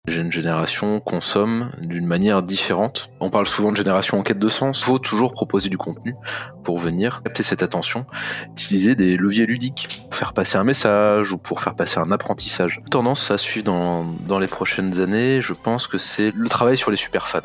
Les jeunes générations consomment d'une manière différente. On parle souvent de génération en quête de sens. Il faut toujours proposer du contenu pour venir capter cette attention, utiliser des leviers ludiques pour faire passer un message ou pour faire passer un apprentissage. Tendance à suivre dans les prochaines années, je pense que c'est le travail sur les super fans.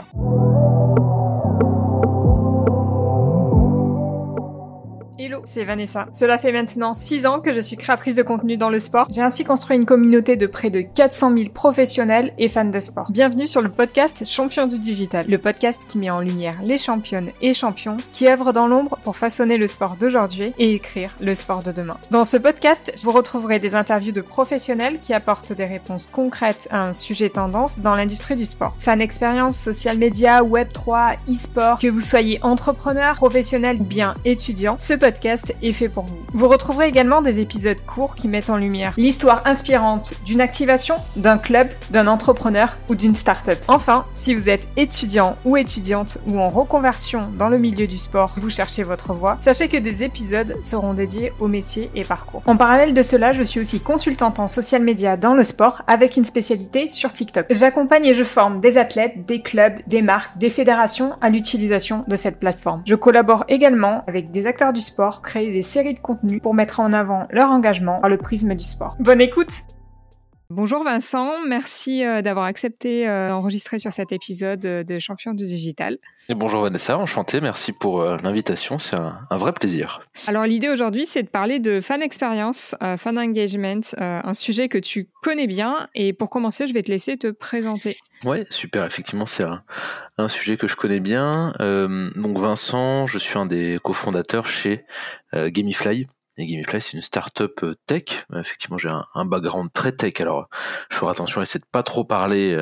Hello, c'est Vanessa. Cela fait maintenant 6 ans que je suis créatrice de contenu dans le sport. J'ai ainsi construit une communauté de près de 400 000 professionnels et fans de sport. Bienvenue sur le podcast Champions du Digital, le podcast qui met en lumière les championnes et champions qui œuvrent dans l'ombre pour façonner le sport d'aujourd'hui et écrire le sport de demain. Dans ce podcast, vous retrouverez des interviews de professionnels qui apportent des réponses concrètes à un sujet tendance dans l'industrie du sport. Fan expérience, social media, web3, e-sport, que vous soyez entrepreneur, professionnel ou bien étudiant, ce podcast est fait pour vous. Vous retrouverez également des épisodes courts qui mettent en lumière l'histoire inspirante d'une activation, d'un club, d'un entrepreneur ou d'une start-up. Enfin, si vous êtes étudiant ou étudiante ou en reconversion dans le milieu du sport, vous cherchez votre voie, sachez que des épisodes seront dédiés aux métiers et parcours. En parallèle de cela, je suis aussi consultante en social media dans le sport avec une spécialité sur TikTok. J'accompagne et je forme des athlètes, des clubs, des marques, des fédérations à l'utilisation de cette plateforme. Je collabore également avec des acteurs du sport, créer des séries de contenus pour mettre en avant leur engagement par le prisme du sport. Bonne écoute! Bonjour Vincent, merci d'avoir accepté d'enregistrer sur cet épisode de Champions du Digital. Et bonjour Vanessa, enchanté, merci pour l'invitation, c'est un vrai plaisir. Alors l'idée aujourd'hui c'est de parler de fan experience, fan engagement, un sujet que tu connais bien et pour commencer je vais te laisser te présenter. Ouais, super, effectivement c'est un sujet que je connais bien. Donc Vincent, je suis un des cofondateurs chez Gamifly. Et Gamifly, c'est une start-up tech. Effectivement, j'ai un background très tech. Alors, je ferai attention à essayer de pas trop parler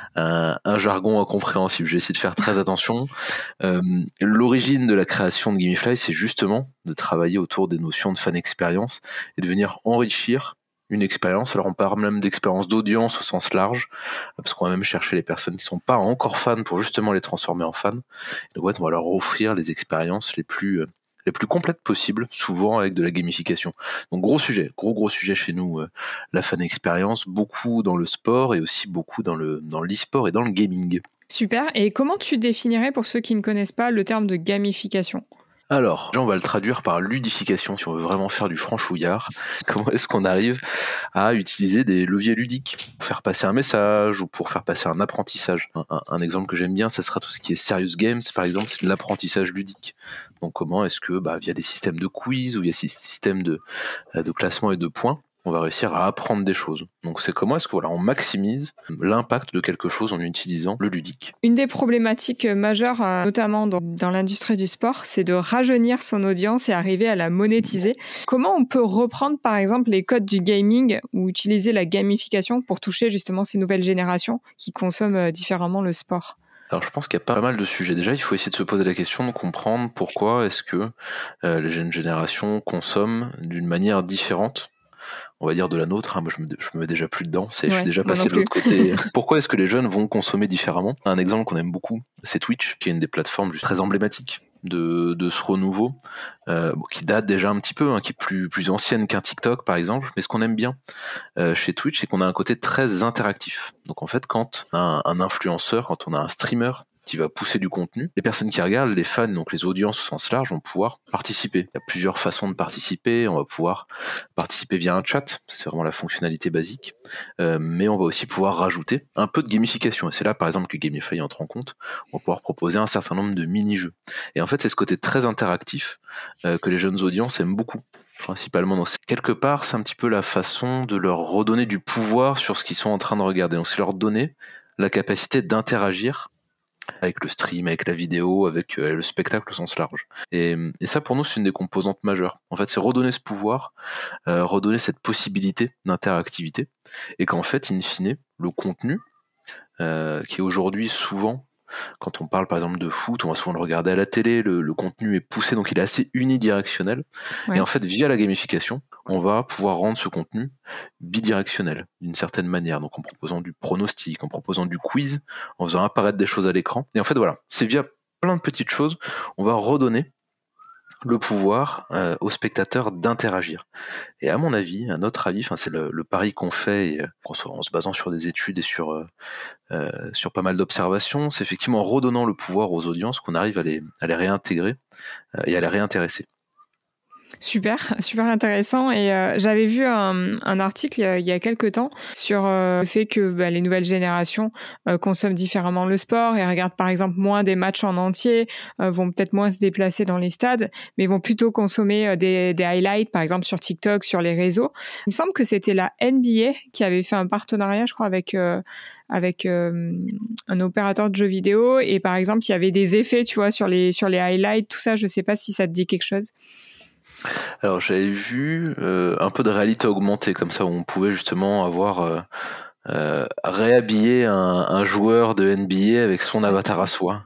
un jargon incompréhensible. Je vais essayer de faire très attention. L'origine de la création de Gamifly, c'est justement de travailler autour des notions de fan expérience et de venir enrichir une expérience. Alors, on parle même d'expérience d'audience au sens large, parce qu'on va même chercher les personnes qui sont pas encore fans pour justement les transformer en fans. Donc, ouais, on va leur offrir les expériences les plus complètes possibles, souvent avec de la gamification. Donc gros sujet chez nous, la fan expérience, beaucoup dans le sport et aussi beaucoup dans l'e-sport et dans le gaming. Super, et comment tu définirais pour ceux qui ne connaissent pas le terme de gamification ? Alors, on va le traduire par ludification si on veut vraiment faire du franchouillard. Comment est-ce qu'on arrive à utiliser des leviers ludiques pour faire passer un message ou pour faire passer un apprentissage. Un exemple que j'aime bien, ça sera tout ce qui est serious games, par exemple, c'est de l'apprentissage ludique. Donc comment est-ce que, via des systèmes de quiz ou via des systèmes de classement et de points, on va réussir à apprendre des choses. Donc c'est comment est-ce que on maximise l'impact de quelque chose en utilisant le ludique. Une des problématiques majeures, notamment dans l'industrie du sport, c'est de rajeunir son audience et arriver à la monétiser. Comment on peut reprendre par exemple les codes du gaming ou utiliser la gamification pour toucher justement ces nouvelles générations qui consomment différemment le sport ? Alors je pense qu'il y a pas mal de sujets. Déjà, il faut essayer de se poser la question de comprendre pourquoi est-ce que les jeunes générations consomment d'une manière différente, on va dire de la nôtre. Moi, je me mets déjà plus dedans. Je suis déjà passé de l'autre côté. Pourquoi est-ce que les jeunes vont consommer différemment ? Un exemple qu'on aime beaucoup, c'est Twitch, qui est une des plateformes très emblématiques de ce renouveau, qui date déjà un petit peu, qui est plus ancienne qu'un TikTok par exemple. Mais ce qu'on aime bien chez Twitch, c'est qu'on a un côté très interactif. Donc en fait, quand on a un influenceur, quand on a un streamer qui va pousser du contenu, les personnes qui regardent, les fans, donc les audiences au sens large, vont pouvoir participer. Il y a plusieurs façons de participer. On va pouvoir participer via un chat, c'est vraiment la fonctionnalité basique, mais on va aussi pouvoir rajouter un peu de gamification. Et c'est là, par exemple, que Gamify entre en compte. On va pouvoir proposer un certain nombre de mini-jeux. Et en fait, c'est ce côté très interactif que les jeunes audiences aiment beaucoup. Principalement, donc quelque part, c'est un petit peu la façon de leur redonner du pouvoir sur ce qu'ils sont en train de regarder. Donc c'est leur donner la capacité d'interagir avec le stream, avec la vidéo, avec le spectacle au sens large. Et ça, pour nous, c'est une des composantes majeures. En fait, c'est redonner ce pouvoir, redonner cette possibilité d'interactivité, et qu'en fait, in fine, le contenu, qui est aujourd'hui souvent, quand on parle par exemple de foot, on va souvent le regarder à la télé, le contenu est poussé, donc il est assez unidirectionnel. Ouais. Et en fait, via la gamification, on va pouvoir rendre ce contenu bidirectionnel, d'une certaine manière. Donc en proposant du pronostic, en proposant du quiz, en faisant apparaître des choses à l'écran. Et en fait, voilà, c'est via plein de petites choses, on va redonner le pouvoir aux spectateurs d'interagir. Et à mon avis, à notre avis, c'est le pari qu'on fait en se basant sur des études et sur pas mal d'observations, c'est effectivement en redonnant le pouvoir aux audiences qu'on arrive à les réintégrer et à les réintéresser. Super, super intéressant. Et j'avais vu un article il y a quelques temps sur le fait que les nouvelles générations consomment différemment le sport et regardent par exemple moins des matchs en entier, vont peut-être moins se déplacer dans les stades, mais vont plutôt consommer des highlights, par exemple sur TikTok, sur les réseaux. Il me semble que c'était la NBA qui avait fait un partenariat, je crois, avec un opérateur de jeux vidéo. Et par exemple, il y avait des effets, tu vois, sur les highlights, tout ça. Je sais pas si ça te dit quelque chose. Alors j'avais vu un peu de réalité augmentée comme ça où on pouvait justement avoir réhabiller un joueur de NBA avec son avatar à soi.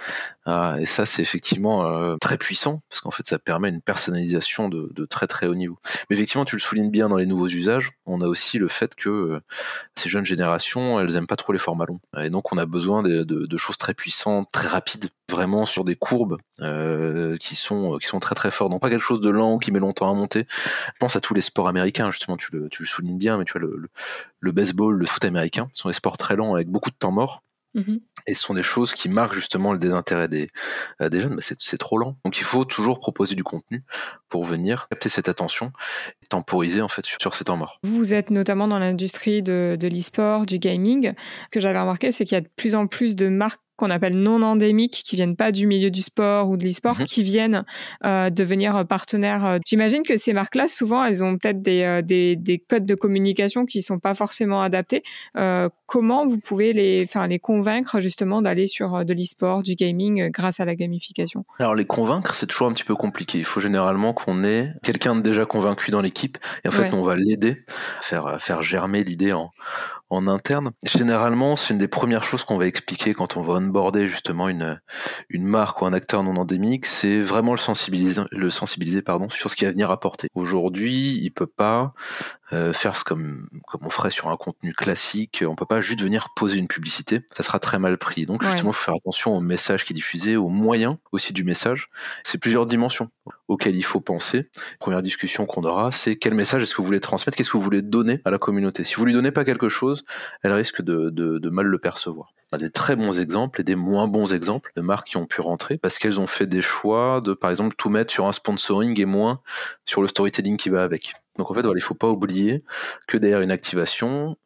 Et ça c'est effectivement très puissant parce qu'en fait ça permet une personnalisation de très très haut niveau. Mais effectivement tu le soulignes bien, dans les nouveaux usages, on a aussi le fait que ces jeunes générations elles aiment pas trop les formats longs et donc on a besoin de choses très puissantes, très rapides, vraiment sur des courbes qui sont très très fortes, donc pas quelque chose de lent qui met longtemps à monter. Je pense à tous les sports américains, justement tu le soulignes bien, mais tu vois le baseball, le foot américain, ce sont des sports très lents avec beaucoup de temps mort. Mm-hmm. Et ce sont des choses qui marquent justement le désintérêt des jeunes. C'est trop lent. Donc il faut toujours proposer du contenu pour venir capter cette attention et temporiser en fait sur ces temps morts. Vous êtes notamment dans l'industrie de l'e-sport, du gaming. Ce que j'avais remarqué, c'est qu'il y a de plus en plus de marques qu'on appelle non endémiques, qui viennent pas du milieu du sport ou de l'e-sport, qui viennent devenir partenaires. J'imagine que ces marques-là, souvent, elles ont peut-être des codes de communication qui sont pas forcément adaptés. Comment vous pouvez les convaincre justement d'aller sur de l'e-sport, du gaming, grâce à la gamification? Alors les convaincre, c'est toujours un petit peu compliqué. Il faut généralement qu'on ait quelqu'un de déjà convaincu dans l'équipe, et en fait on va l'aider à faire germer l'idée en interne. Généralement, c'est une des premières choses qu'on va expliquer quand on va onboarder justement une marque ou un acteur non endémique, c'est vraiment le sensibiliser sur ce qu'il va venir apporter. Aujourd'hui, il peut pas faire comme on ferait sur un contenu classique. On peut pas juste venir poser une publicité, ça sera très mal pris. Donc justement, il faut faire attention au message qui est diffusé, aux moyens aussi du message. C'est plusieurs dimensions auxquelles il faut penser. Première discussion qu'on aura, c'est quel message est-ce que vous voulez transmettre, qu'est-ce que vous voulez donner à la communauté. Si vous lui donnez pas quelque chose, elle risque de mal le percevoir. On a des très bons exemples et des moins bons exemples de marques qui ont pu rentrer parce qu'elles ont fait des choix de, par exemple, tout mettre sur un sponsoring et moins sur le storytelling qui va avec. Donc en fait, il faut pas oublier que derrière une activation,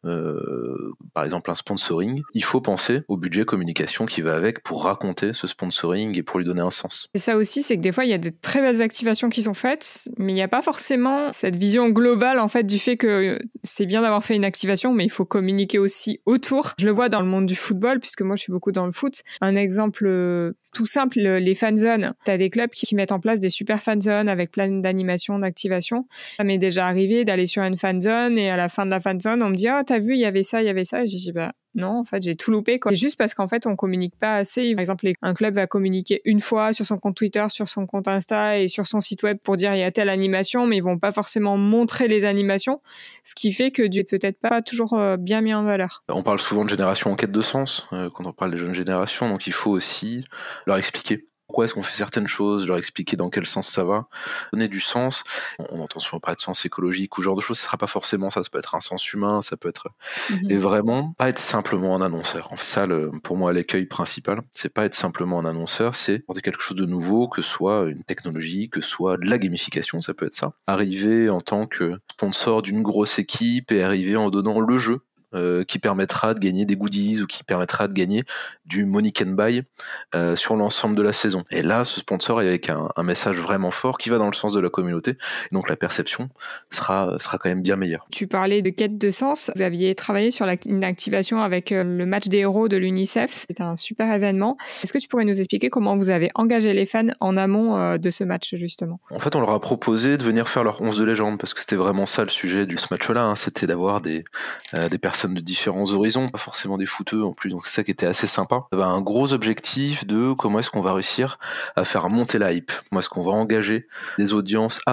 par exemple un sponsoring, il faut penser au budget communication qui va avec pour raconter ce sponsoring et pour lui donner un sens. Et ça aussi, c'est que des fois, il y a de très belles activations qui sont faites, mais il n'y a pas forcément cette vision globale en fait du fait que c'est bien d'avoir fait une activation, mais il faut communiquer aussi autour. Je le vois dans le monde du football, puisque moi je suis beaucoup dans le foot. Un exemple tout simple, les fanzones. T'as des clubs qui mettent en place des super fanzones avec plein d'animations, d'activations. Ça m'est déjà arrivé d'aller sur une fanzone et à la fin de la fanzone, on me dit « Ah, t'as vu, il y avait ça. » Et j'ai dit « Non, en fait, j'ai tout loupé. » C'est juste parce qu'en fait, on communique pas assez. Par exemple, un club va communiquer une fois sur son compte Twitter, sur son compte Insta et sur son site web pour dire « Il y a telle animation », mais ils vont pas forcément montrer les animations, ce qui fait que tu n'es peut-être pas toujours bien mis en valeur. On parle souvent de génération en quête de sens quand on parle des jeunes générations, donc il faut aussi leur expliquer pourquoi est-ce qu'on fait certaines choses, leur expliquer dans quel sens ça va, donner du sens. On entend souvent parler de sens écologique ou ce genre de choses, ce sera pas forcément ça peut être un sens humain, ça peut être... Et vraiment, pas être simplement un annonceur. Ça, pour moi, l'écueil principal, c'est pas être simplement un annonceur, c'est apporter quelque chose de nouveau, que ce soit une technologie, que ce soit de la gamification, ça peut être ça. Arriver en tant que sponsor d'une grosse équipe et arriver en donnant le jeu, qui permettra de gagner des goodies ou qui permettra de gagner du money can buy sur l'ensemble de la saison. Et là, ce sponsor est avec un message vraiment fort qui va dans le sens de la communauté. Et donc la perception sera quand même bien meilleure. Tu parlais de quête de sens. Vous aviez travaillé sur une activation avec le match des héros de l'UNICEF. C'était un super événement. Est-ce que tu pourrais nous expliquer comment vous avez engagé les fans en amont de ce match, justement? En fait, on leur a proposé de venir faire leur 11 de légende parce que c'était vraiment ça le sujet de ce match-là. C'était d'avoir des personnes de différents horizons, pas forcément des footeux en plus, donc c'est ça qui était assez sympa. Il y avait un gros objectif de comment est-ce qu'on va réussir à faire monter la hype, comment est-ce qu'on va engager des audiences avant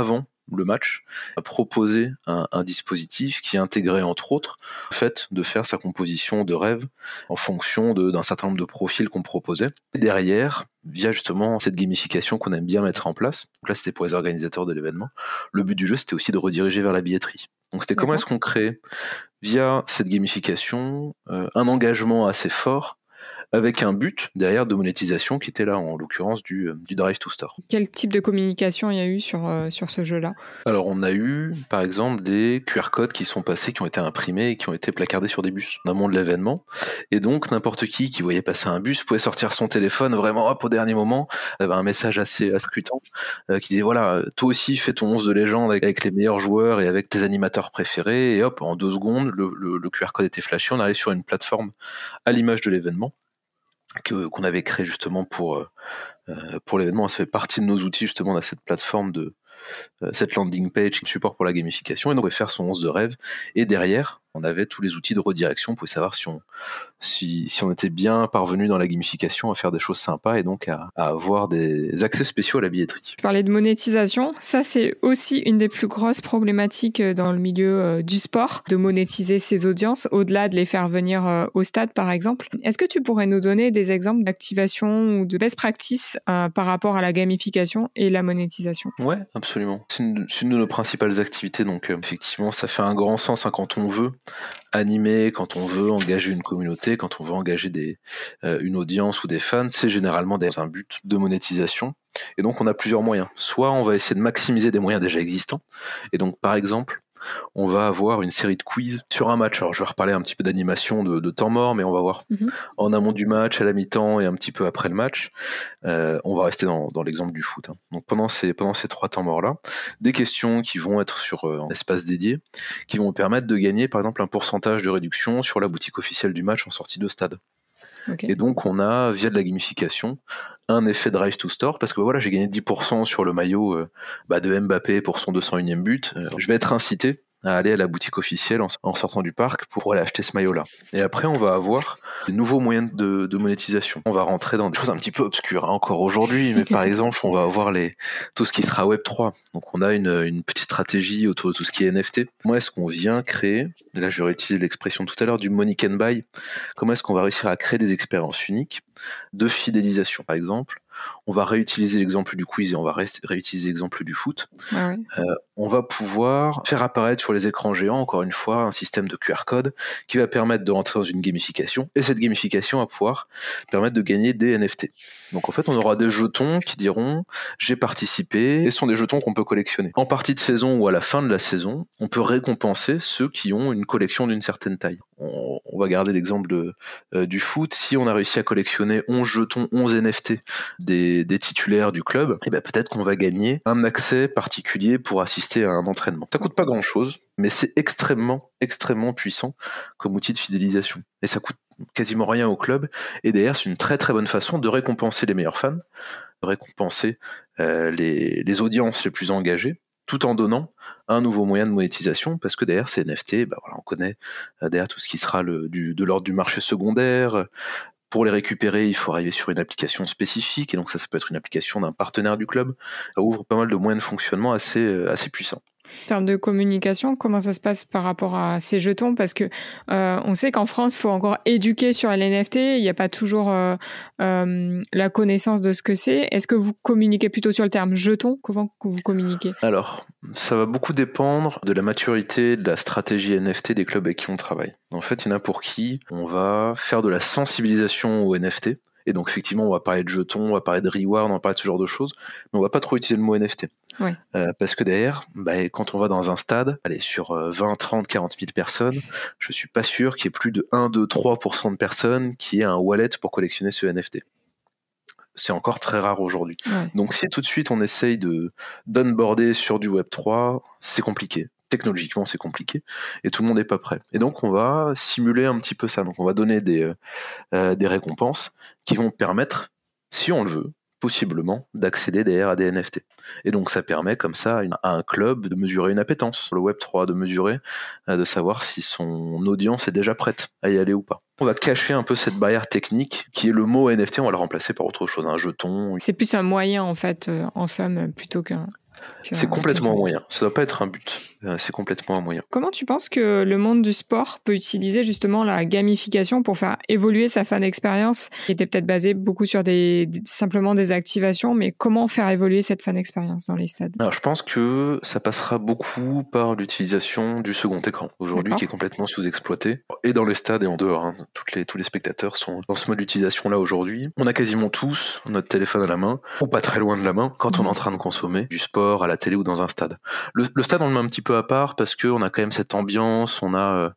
le match, a proposé un dispositif qui intégrait entre autres le fait de faire sa composition de rêve en fonction d'un certain nombre de profils qu'on proposait. Et derrière, via justement cette gamification qu'on aime bien mettre en place, donc là c'était pour les organisateurs de l'événement, le but du jeu c'était aussi de rediriger vers la billetterie. Donc c'était comment est-ce qu'on crée, via cette gamification, un engagement assez fort avec un but derrière de monétisation qui était là, en l'occurrence du Drive to Store. Quel type de communication il y a eu sur ce jeu-là ? Alors on a eu par exemple des QR codes qui sont passés, qui ont été imprimés et qui ont été placardés sur des bus en amont de l'événement, et donc n'importe qui voyait passer un bus pouvait sortir son téléphone vraiment hop au dernier moment, avait un message assez percutant qui disait voilà, toi aussi fais ton 11 de légende avec les meilleurs joueurs et avec tes animateurs préférés, et hop en 2 secondes le QR code était flashé, on arrivait sur une plateforme à l'image de l'événement qu'on avait créé justement pour l'événement. Ça fait partie de nos outils justement, dans cette plateforme cette landing page support pour la gamification, et donc on pouvait faire son 11 de rêve, et derrière on avait tous les outils de redirection pour savoir si on était bien parvenu dans la gamification à faire des choses sympas et donc à avoir des accès spéciaux à la billetterie. Tu parlais de monétisation, ça c'est aussi une des plus grosses problématiques dans le milieu du sport, de monétiser ses audiences, au-delà de les faire venir au stade par exemple. Est-ce que tu pourrais nous donner des exemples d'activation ou de best practice par rapport à la gamification et la monétisation ? Ouais, absolument. C'est une de nos principales activités, donc effectivement ça fait un grand sens quand on veut animer, quand on veut engager une communauté, quand on veut engager une audience ou des fans, c'est généralement dans un but de monétisation. Et donc on a plusieurs moyens. Soit on va essayer de maximiser des moyens déjà existants, et donc par exemple on va avoir une série de quiz sur un match. Alors je vais reparler un petit peu d'animation de temps mort, mais on va voir en amont du match, à la mi-temps et un petit peu après le match. On va rester dans l'exemple du foot. Donc pendant ces 3 temps morts-là, des questions qui vont être sur un espace dédié, qui vont permettre de gagner par exemple un pourcentage de réduction sur la boutique officielle du match en sortie de stade. Okay. Et donc on a, via de la gamification, un effet Drive to Store, parce que voilà, j'ai gagné 10% sur le maillot de Mbappé pour son 201e but. Je vais être incité à aller à la boutique officielle en sortant du parc pour aller acheter ce maillot-là. Et après, on va avoir des nouveaux moyens de monétisation. On va rentrer dans des choses un petit peu obscures encore aujourd'hui, mais par exemple, on va avoir tout ce qui sera Web3. Donc on a une petite stratégie autour de tout ce qui est NFT. Comment est-ce qu'on vient créer, là je vais réutiliser l'expression tout à l'heure du money can buy, comment est-ce qu'on va réussir à créer des expériences uniques de fidélisation, par exemple. On va réutiliser l'exemple du quiz et on va réutiliser l'exemple du foot. Ah oui. On va pouvoir faire apparaître sur les écrans géants, encore une fois, un système de QR code qui va permettre de rentrer dans une gamification, et cette gamification va pouvoir permettre de gagner des NFT. Donc en fait, on aura des jetons qui diront « j'ai participé » et ce sont des jetons qu'on peut collectionner. En partie de saison ou à la fin de la saison, on peut récompenser ceux qui ont une collection d'une certaine taille. On va garder l'exemple du foot. Si on a réussi à collectionner 11 jetons, 11 NFT des titulaires du club, et peut-être qu'on va gagner un accès particulier pour assister à un entraînement. Ça coûte pas grand-chose, mais c'est extrêmement, extrêmement puissant comme outil de fidélisation. Et ça coûte quasiment rien au club. Et derrière, c'est une très très bonne façon de récompenser les meilleurs fans, de récompenser les audiences les plus engagées, tout en donnant un nouveau moyen de monétisation, parce que derrière ces NFT, on connaît derrière tout ce qui sera de l'ordre du marché secondaire. Pour les récupérer, il faut arriver sur une application spécifique, et donc ça peut être une application d'un partenaire du club. Ça ouvre pas mal de moyens de fonctionnement assez puissants. En termes de communication, comment ça se passe par rapport à ces jetons ? Parce que on sait qu'en France, il faut encore éduquer sur les NFT. Il n'y a pas toujours la connaissance de ce que c'est. Est-ce que vous communiquez plutôt sur le terme jeton ? Comment vous communiquez ? Alors, ça va beaucoup dépendre de la maturité de la stratégie NFT des clubs avec qui on travaille. En fait, il y en a pour qui on va faire de la sensibilisation aux NFT. Et donc, effectivement, on va parler de jetons, on va parler de reward, on va parler de ce genre de choses, mais on va pas trop utiliser le mot NFT. Ouais. Parce que derrière, quand on va dans un stade, sur 20, 30, 40 000 personnes, je suis pas sûr qu'il y ait plus de 1, 2, 3% de personnes qui aient un wallet pour collectionner ce NFT. C'est encore très rare aujourd'hui. Ouais. Donc, si tout de suite on essaye d'onboarder sur du Web3, c'est compliqué. Technologiquement, c'est compliqué et tout le monde n'est pas prêt. Et donc, on va simuler un petit peu ça. Donc, on va donner des récompenses qui vont permettre, si on le veut, possiblement, d'accéder derrière à des NFT. Et donc, ça permet comme ça à un club de mesurer une appétence sur le Web3, de mesurer, de savoir si son audience est déjà prête à y aller ou pas. On va cacher un peu cette barrière technique qui est le mot NFT, on va le remplacer par autre chose, un jeton. C'est plus un moyen, en fait, en somme, plutôt qu'un... C'est complètement un moyen. Ça doit pas être un but. C'est complètement un moyen. Comment tu penses que le monde du sport peut utiliser justement la gamification pour faire évoluer sa fan expérience, qui était peut-être basée beaucoup sur simplement des activations, mais comment faire évoluer cette fan expérience dans les stades? Alors, je pense que ça passera beaucoup par l'utilisation du second écran, aujourd'hui, qui est complètement sous-exploité. Et dans les stades et en dehors, hein. Tous les spectateurs sont dans ce mode d'utilisation-là aujourd'hui. On a quasiment tous notre téléphone à la main, ou pas très loin de la main, quand on est en train de consommer du sport à la télé ou dans un stade. Le stade, on le met un petit peu à part parce qu'on a quand même cette ambiance, on a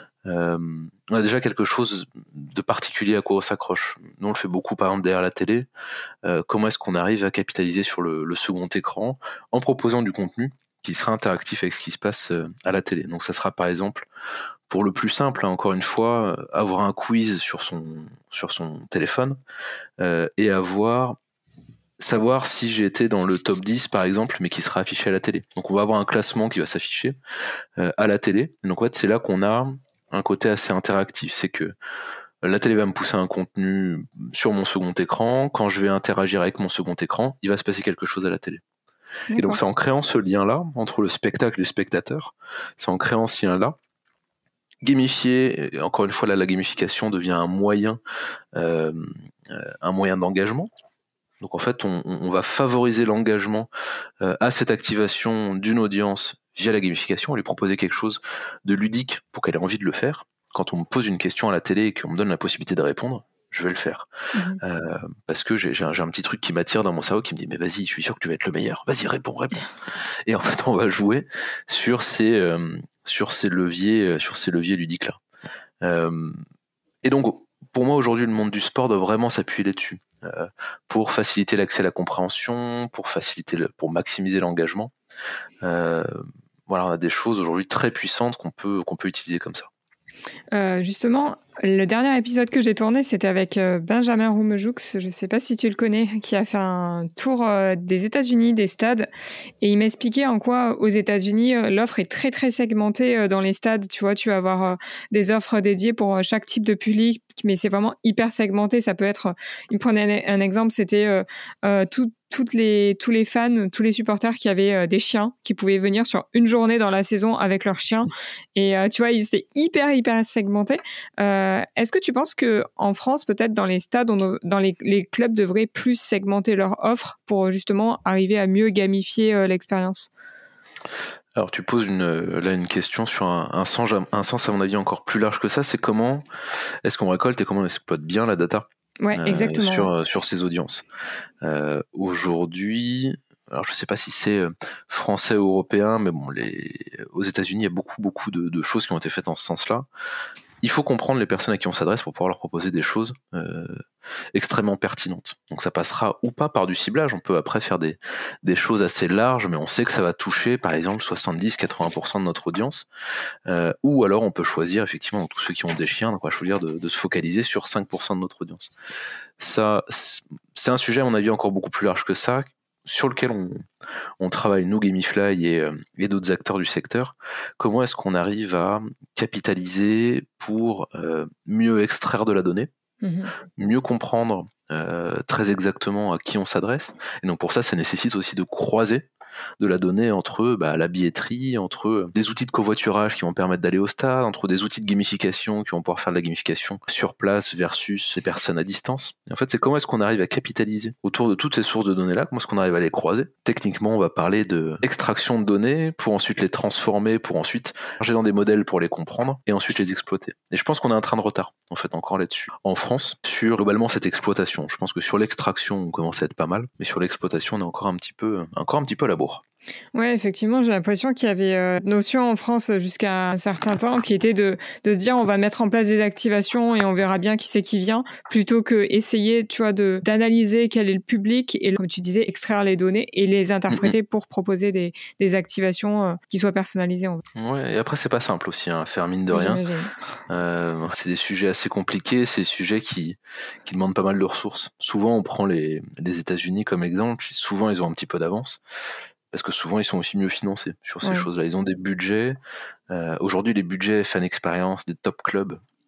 déjà quelque chose de particulier à quoi on s'accroche. Nous, on le fait beaucoup, par exemple, derrière la télé. Comment est-ce qu'on arrive à capitaliser sur le second écran en proposant du contenu qui sera interactif avec ce qui se passe à la télé. Donc ça sera par exemple, pour le plus simple, hein, encore une fois, avoir un quiz sur son téléphone et savoir si j'ai été dans le top 10 par exemple, mais qui sera affiché à la télé. Donc on va avoir un classement qui va s'afficher à la télé. Et donc en fait, c'est là qu'on a un côté assez interactif. C'est que la télé va me pousser un contenu sur mon second écran. Quand je vais interagir avec mon second écran, il va se passer quelque chose à la télé. D'accord. Et donc c'est en créant ce lien-là entre le spectacle et le spectateur, c'est en créant ce lien-là, gamifier, et encore une fois là la gamification devient un moyen d'engagement. Donc en fait on va favoriser l'engagement à cette activation d'une audience via la gamification, lui proposer quelque chose de ludique pour qu'elle ait envie de le faire. Quand on me pose une question à la télé et qu'on me donne la possibilité de répondre, je vais le faire. Parce que j'ai un petit truc qui m'attire dans mon cerveau qui me dit mais vas-y, je suis sûr que tu vas être le meilleur. Vas-y, réponds. Et en fait, on va jouer sur ces leviers ludiques là. Et donc, pour moi aujourd'hui, le monde du sport doit vraiment s'appuyer là-dessus pour faciliter l'accès à la compréhension, pour maximiser l'engagement. Voilà, on a des choses aujourd'hui très puissantes qu'on peut utiliser comme ça. Justement, le dernier épisode que j'ai tourné, c'était avec Benjamin Roumejoux, je ne sais pas si tu le connais, qui a fait un tour des États-Unis, des stades, et il m'expliquait en quoi aux États-Unis, l'offre est très très segmentée dans les stades. Tu vois, tu vas avoir des offres dédiées pour chaque type de public, mais c'est vraiment hyper segmenté. Ça peut être, il me prenait un exemple, c'était tous les fans, tous les supporters qui avaient des chiens, qui pouvaient venir sur une journée dans la saison avec leurs chiens. Et tu vois, c'était hyper segmenté. Est-ce que tu penses que en France, peut-être dans les stades, dans les clubs devraient plus segmenter leur offre pour justement arriver à mieux gamifier l'expérience? Alors tu poses une question sur un sens à mon avis encore plus large que ça. C'est comment est-ce qu'on récolte et comment on exploite bien la data? Ouais, exactement. Sur ces audiences. Aujourd'hui, alors je sais pas si c'est français ou européen, mais bon, aux États-Unis, il y a beaucoup de choses qui ont été faites dans ce sens-là. Il faut comprendre les personnes à qui on s'adresse pour pouvoir leur proposer des choses extrêmement pertinentes. Donc ça passera ou pas par du ciblage. On peut après faire des choses assez larges, mais on sait que ça va toucher par exemple 70-80% de notre audience. Ou alors on peut choisir effectivement tous ceux qui ont des chiens, donc on va choisir de se focaliser sur 5% de notre audience. Ça, c'est un sujet à mon avis encore beaucoup plus large que ça, sur lequel on travaille, nous, Gamifly et d'autres acteurs du secteur. Comment est-ce qu'on arrive à capitaliser pour mieux extraire de la donnée, mieux comprendre très exactement à qui on s'adresse. Et donc pour ça nécessite aussi de croiser de la donnée entre la billetterie, entre des outils de covoiturage qui vont permettre d'aller au stade, entre des outils de gamification qui vont pouvoir faire de la gamification sur place versus les personnes à distance. Et en fait, c'est comment est-ce qu'on arrive à capitaliser autour de toutes ces sources de données-là, comment est-ce qu'on arrive à les croiser. Techniquement, on va parler d'extraction de données pour ensuite les transformer, pour ensuite changer dans des modèles pour les comprendre et ensuite les exploiter. Et je pense qu'on a un train de retard, en fait, encore là-dessus. En France, sur globalement cette exploitation. Je pense que sur l'extraction, on commence à être pas mal, mais sur l'exploitation, on est encore un petit peu à la bourre. Ouais, effectivement, j'ai l'impression qu'il y avait une notion en France jusqu'à un certain temps qui était de se dire on va mettre en place des activations et on verra bien qui c'est qui vient, plutôt que essayer, tu vois, d'analyser quel est le public et, comme tu disais, extraire les données et les interpréter pour proposer des activations qui soient personnalisées. Ouais, et après c'est pas simple aussi, hein, faire mine de rien. C'est des sujets assez compliqués, c'est des sujets qui demandent pas mal de ressources. Souvent on prend les États-Unis comme exemple, souvent ils ont un petit peu d'avance. Parce que souvent, ils sont aussi mieux financés sur ces choses-là. Ils ont des budgets. Aujourd'hui, les budgets fan expérience des top clubs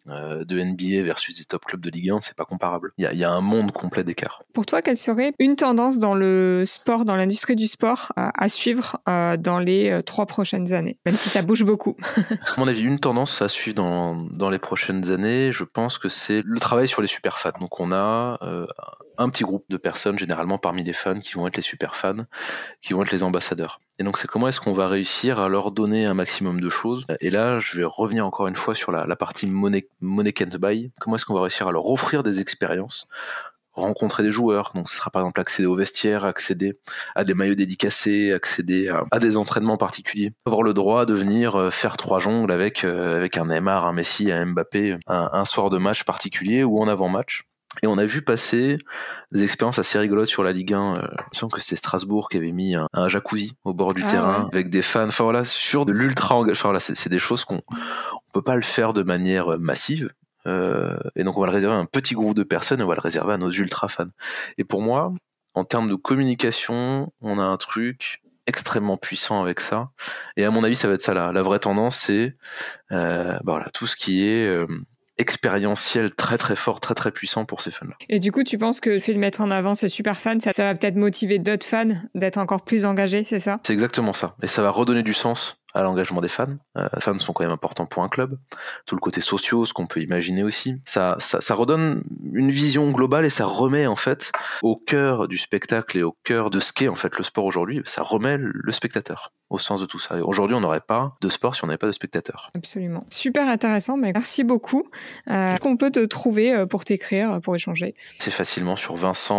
de NBA versus des top clubs de Ligue 1, c'est pas comparable. Il y a un monde complet d'écart. Pour toi, quelle serait une tendance dans le sport, dans l'industrie du sport, à suivre dans les 3 prochaines années, même si ça bouge beaucoup? À mon avis, une tendance à suivre dans les prochaines années, je pense que c'est le travail sur les super fans. Donc on a un petit groupe de personnes, généralement parmi les fans, qui vont être les super fans, qui vont être les ambassadeurs. Et donc c'est comment est-ce qu'on va réussir à leur donner un maximum de choses. Et là, je vais revenir encore une fois sur la partie money can't buy. Comment est-ce qu'on va réussir à leur offrir des expériences, rencontrer des joueurs, donc ce sera par exemple accéder aux vestiaires, accéder à des maillots dédicacés, accéder à des entraînements particuliers, avoir le droit de venir faire 3 jongles avec un Neymar, un Messi, un Mbappé, un soir de match particulier ou en avant-match. Et on a vu passer des expériences assez rigolotes sur la Ligue 1. Il me semble que c'était Strasbourg qui avait mis un jacuzzi au bord du terrain avec des fans. Enfin voilà, sur de l'ultra engagement. Enfin voilà, c'est des choses qu'on peut pas le faire de manière massive. Et donc on va le réserver à un petit groupe de personnes, on va le réserver à nos ultra fans. Et pour moi, en termes de communication, on a un truc extrêmement puissant avec ça. Et à mon avis, ça va être ça la vraie tendance, c'est voilà, tout ce qui est expérientiel très très fort, très très puissant pour ces fans-là. Et du coup, tu penses que le fait de mettre en avant ces super fans, ça va peut-être motiver d'autres fans d'être encore plus engagés, c'est ça? C'est exactement ça. Et ça va redonner du sens à l'engagement des fans. Les fans sont quand même importants pour un club. Tout le côté social, ce qu'on peut imaginer aussi. Ça redonne une vision globale et ça remet en fait au cœur du spectacle et au cœur de ce qu'est en fait le sport aujourd'hui. Ça remet le spectateur au sens de tout ça. Et aujourd'hui, on n'aurait pas de sport si on n'avait pas de spectateurs. Absolument. Super intéressant, mais merci beaucoup. Est-ce qu'on peut te trouver pour t'écrire, pour échanger? C'est facilement sur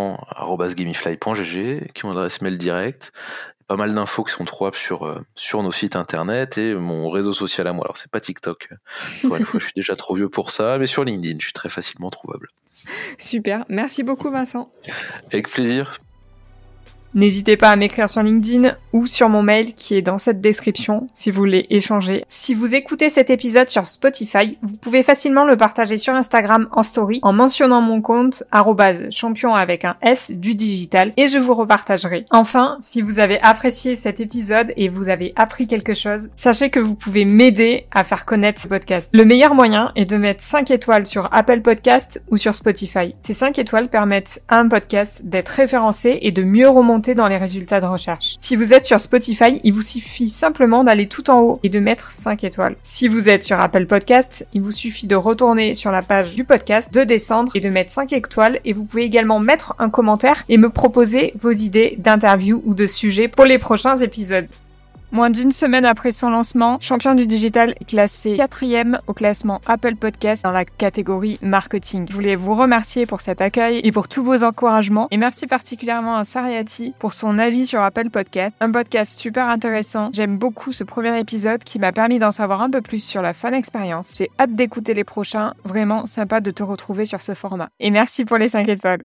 vincent@gamifly.gg, qui est mon adresse mail direct. Pas mal d'infos qui sont trouvables sur nos sites internet et mon réseau social à moi. Alors c'est pas TikTok, encore une fois, je suis déjà trop vieux pour ça, mais sur LinkedIn, je suis très facilement trouvable. Super, merci beaucoup Vincent. Avec plaisir. N'hésitez pas à m'écrire sur LinkedIn ou sur mon mail qui est dans cette description si vous voulez échanger. Si vous écoutez cet épisode sur Spotify, vous pouvez facilement le partager sur Instagram en story en mentionnant mon compte @champion avec un S du digital et je vous repartagerai. Enfin, si vous avez apprécié cet épisode et vous avez appris quelque chose, sachez que vous pouvez m'aider à faire connaître ce podcast. Le meilleur moyen est de mettre 5 étoiles sur Apple Podcast ou sur Spotify. Ces 5 étoiles permettent à un podcast d'être référencé et de mieux remonter dans les résultats de recherche. Si vous êtes sur Spotify, il vous suffit simplement d'aller tout en haut et de mettre 5 étoiles. Si vous êtes sur Apple Podcast, il vous suffit de retourner sur la page du podcast, de descendre et de mettre 5 étoiles et vous pouvez également mettre un commentaire et me proposer vos idées d'interviews ou de sujets pour les prochains épisodes. Moins d'une semaine après son lancement, Champion du Digital est classé 4e au classement Apple Podcast dans la catégorie marketing. Je voulais vous remercier pour cet accueil et pour tous vos encouragements. Et merci particulièrement à Sariati pour son avis sur Apple Podcast. Un podcast super intéressant. J'aime beaucoup ce premier épisode qui m'a permis d'en savoir un peu plus sur la fan expérience. J'ai hâte d'écouter les prochains. Vraiment sympa de te retrouver sur ce format. Et merci pour les 5 étoiles.